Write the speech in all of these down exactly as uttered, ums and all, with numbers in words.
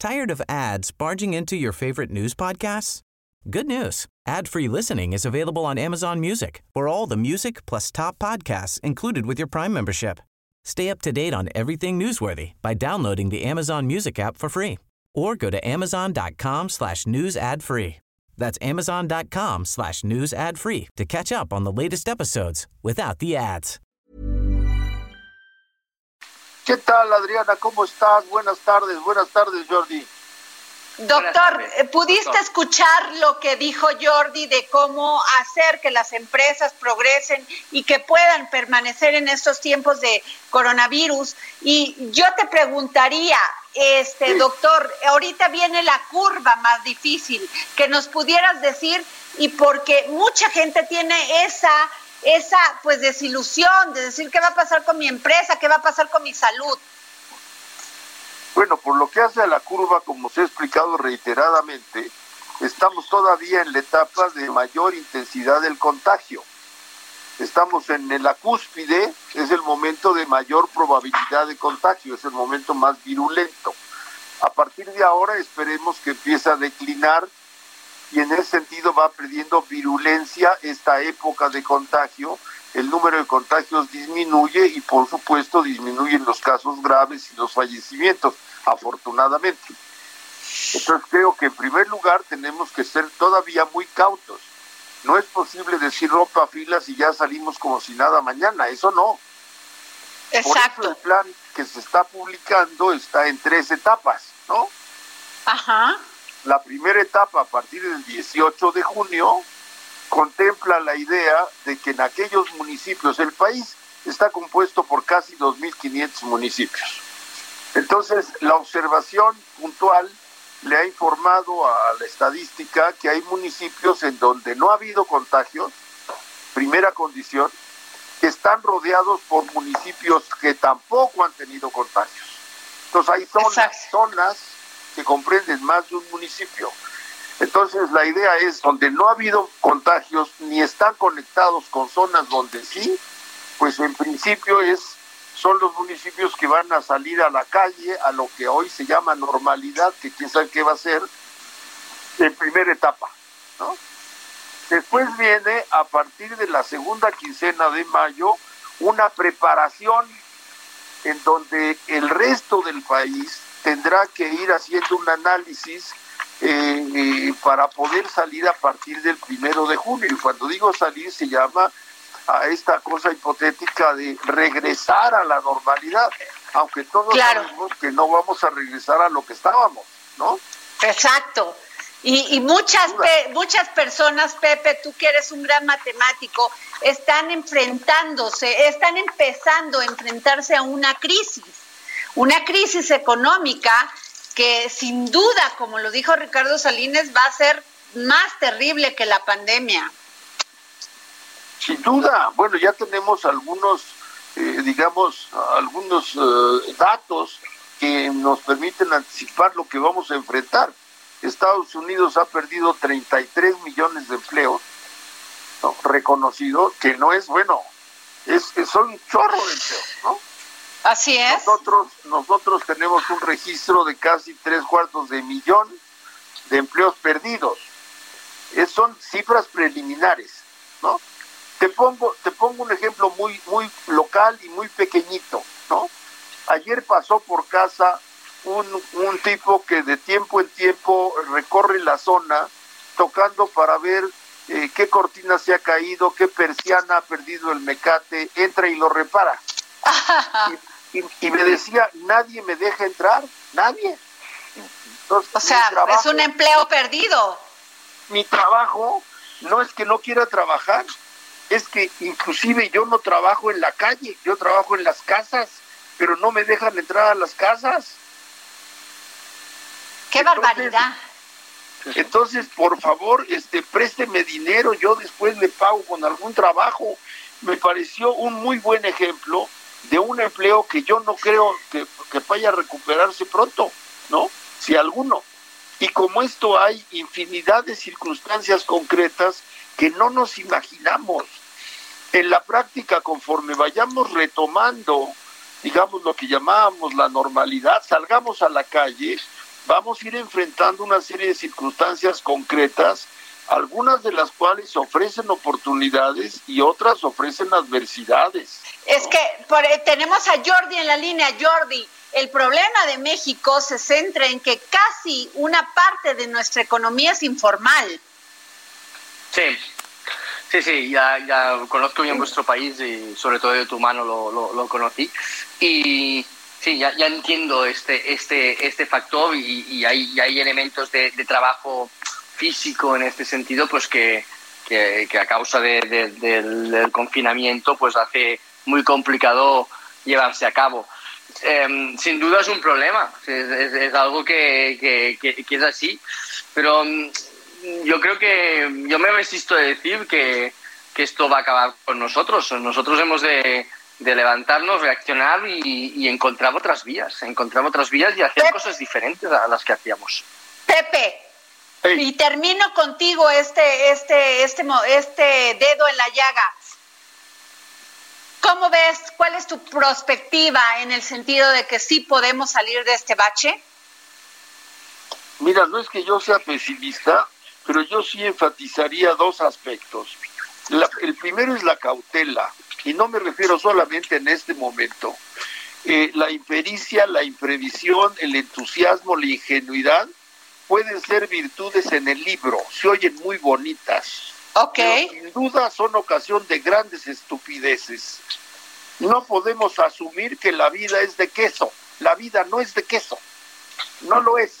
Tired of ads barging into your favorite news podcasts? Good news. Ad-free listening is available on Amazon Music for all the music plus top podcasts included with your Prime membership. Stay up to date on everything newsworthy by downloading the Amazon Music app for free or go to amazon.com slash news ad free. That's amazon.com slash news ad free to catch up on the latest episodes without the ads. ¿Qué tal, Adriana? ¿Cómo estás? Buenas tardes, buenas tardes, Jordi. Doctor, ¿pudiste Doctor. escuchar lo que dijo Jordi de cómo hacer que las empresas progresen y que puedan permanecer en estos tiempos de coronavirus? Y yo te preguntaría, este sí. doctor, ahorita viene la curva más difícil, que nos pudieras decir, y porque mucha gente tiene esa, esa pues desilusión de decir qué va a pasar con mi empresa, qué va a pasar con mi salud. Bueno, por lo que hace a la curva, como se ha explicado reiteradamente, estamos todavía en la etapa de mayor intensidad del contagio. Estamos en la cúspide, es el momento de mayor probabilidad de contagio, es el momento más virulento. A partir de ahora esperemos que empiece a declinar y en ese sentido va perdiendo virulencia esta época de contagio. El número de contagios disminuye y por supuesto disminuyen los casos graves y los fallecimientos, afortunadamente. Entonces creo que en primer lugar tenemos que ser todavía muy cautos. No es posible decir rompa filas y ya salimos como si nada mañana, eso no. Exacto. Por eso el plan que se está publicando está en tres etapas, ¿no? Ajá. La primera etapa a partir del dieciocho de junio contempla la idea de que en aquellos municipios, el país está compuesto por casi dos mil quinientos municipios. Entonces, la observación puntual le ha informado a la estadística que hay municipios en donde no ha habido contagios, primera condición, que están rodeados por municipios que tampoco han tenido contagios. Entonces, hay zonas, zonas que comprenden más de un municipio. Entonces la idea es, donde no ha habido contagios ni están conectados con zonas donde sí, pues en principio es son los municipios que van a salir a la calle, a lo que hoy se llama normalidad, que quién sabe qué va a ser, en primera etapa, ¿no? Después viene, a partir de la segunda quincena de mayo, una preparación en donde el resto del país tendrá que ir haciendo un análisis Eh, eh, para poder salir a partir del primero de junio. Y cuando digo salir se llama a esta cosa hipotética de regresar a la normalidad, aunque todos claro. sabemos que no vamos a regresar a lo que estábamos, ¿no? Exacto. Y, y muchas pe- muchas personas, Pepe, tú que eres un gran matemático, están enfrentándose, están empezando a enfrentarse a una crisis, una crisis económica que sin duda, como lo dijo Ricardo Salinas, va a ser más terrible que la pandemia. Sin duda. Bueno, ya tenemos algunos, eh, digamos, algunos eh, datos que nos permiten anticipar lo que vamos a enfrentar. Estados Unidos ha perdido treinta y tres millones de empleos, ¿no? Reconocido, que no es bueno, es, es son un chorro de empleos, ¿no? Así es. Nosotros, nosotros tenemos un registro de casi tres cuartos de millón de empleos perdidos. Es, son cifras preliminares, ¿no? Te pongo, te pongo un ejemplo muy, muy local y muy pequeñito, ¿no? Ayer pasó por casa un, un tipo que de tiempo en tiempo recorre la zona tocando para ver eh, qué cortina se ha caído, qué persiana ha perdido el mecate, entra y lo repara. y, Y, y me decía, nadie me deja entrar, nadie. Entonces, o sea, trabajo, es un empleo perdido. Mi trabajo no es que no quiera trabajar, es que inclusive yo no trabajo en la calle, yo trabajo en las casas, pero no me dejan entrar a las casas. ¡Qué entonces, barbaridad! Entonces, por favor, este, présteme dinero, yo después le pago con algún trabajo. Me pareció un muy buen ejemplo de un empleo que yo no creo que, que vaya a recuperarse pronto, ¿no? Si alguno. Y como esto hay infinidad de circunstancias concretas que no nos imaginamos. En la práctica, conforme vayamos retomando, digamos, lo que llamábamos la normalidad, salgamos a la calle, vamos a ir enfrentando una serie de circunstancias concretas, algunas de las cuales ofrecen oportunidades y otras ofrecen adversidades. Es que por, eh, tenemos a Jordi en la línea. Jordi, el problema de México se centra en que casi una parte de nuestra economía es informal. Sí, sí, sí, ya, ya conozco bien vuestro país y sobre todo de tu mano lo, lo, lo conocí. Y sí, ya, ya entiendo este, este, este factor y, y, hay, y hay elementos de, de trabajo físico en este sentido, pues que, que, que a causa de, de, del, del confinamiento pues hace muy complicado llevarse a cabo. Eh, sin duda es un problema, es, es, es algo que, que, que, que es así, pero yo creo que yo me resisto a decir que, que esto va a acabar con nosotros. Nosotros hemos de, de levantarnos, reaccionar y, y encontrar otras vías, encontrar otras vías y hacer Pepe. cosas diferentes a las que hacíamos. Pepe, hey. Y termino contigo este, este, este, este dedo en la llaga. ¿Cómo ves? ¿Cuál es tu perspectiva en el sentido de que sí podemos salir de este bache? Mira, no es que yo sea pesimista, pero yo sí enfatizaría dos aspectos. La, el primero es la cautela, y no me refiero solamente en este momento. Eh, la impericia, la imprevisión, el entusiasmo, la ingenuidad pueden ser virtudes en el libro, se oyen muy bonitas. Ok. Pero sin duda son ocasión de grandes estupideces. No podemos asumir que la vida es de queso. La vida no es de queso. No lo es.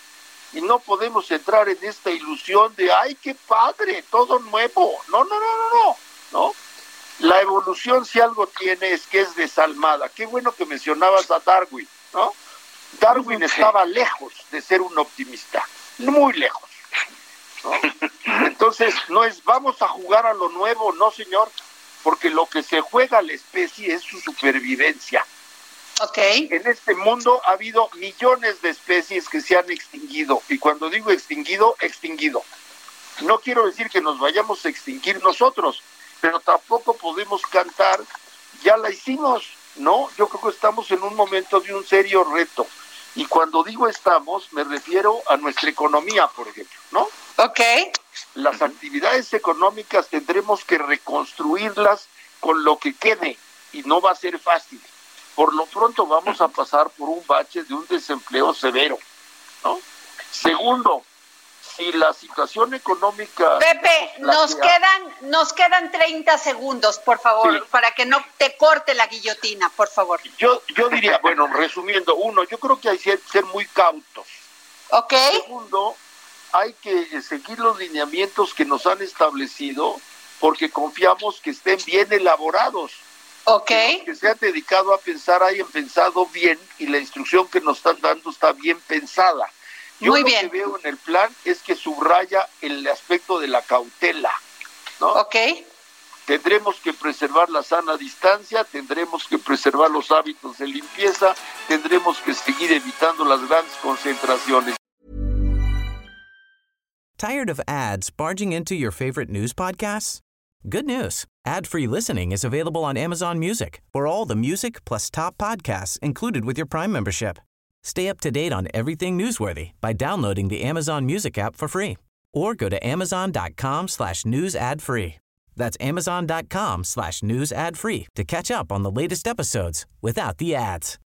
Y no podemos entrar en esta ilusión de ¡ay, qué padre! Todo nuevo. No, no, no, no, no. ¿No? La evolución, si algo tiene, es que es desalmada. Qué bueno que mencionabas a Darwin, ¿no? Darwin estaba lejos de ser un optimista. Muy lejos. ¿No? Entonces, no es vamos a jugar a lo nuevo, no señor, porque lo que se juega a la especie es su supervivencia. Okay. En este mundo ha habido millones de especies que se han extinguido, y cuando digo extinguido, extinguido. No quiero decir que nos vayamos a extinguir nosotros, pero tampoco podemos cantar, ya la hicimos, ¿no? Yo creo que estamos en un momento de un serio reto. Y cuando digo estamos, me refiero a nuestra economía, por ejemplo, ¿no? Ok. Las actividades económicas tendremos que reconstruirlas con lo que quede, y no va a ser fácil. Por lo pronto vamos a pasar por un bache de un desempleo severo, ¿no? Segundo, si la situación económica... Pepe, nos, nos quedan nos quedan treinta segundos, por favor, sí. Para que no te corte la guillotina, por favor. Yo yo diría, bueno, resumiendo, uno, yo creo que hay que ser muy cautos. Ok. Segundo, hay que seguir los lineamientos que nos han establecido porque confiamos que estén bien elaborados. Ok. Que, que se han dedicado a pensar, hayan pensado bien y la instrucción que nos están dando está bien pensada. Yo Muy lo bien. que veo en el plan es que subraya el aspecto de la cautela, ¿no? Ok. Tendremos que preservar la sana distancia, tendremos que preservar los hábitos de limpieza, tendremos que seguir evitando las grandes concentraciones. Tired of ads barging into your favorite news podcasts? Good news. Ad-free listening is available on Amazon Music for all the music plus top podcasts included with your Prime membership. Stay up to date on everything newsworthy by downloading the Amazon Music app for free or go to amazon.com slash news ad free. That's amazon.com slash news ad free to catch up on the latest episodes without the ads.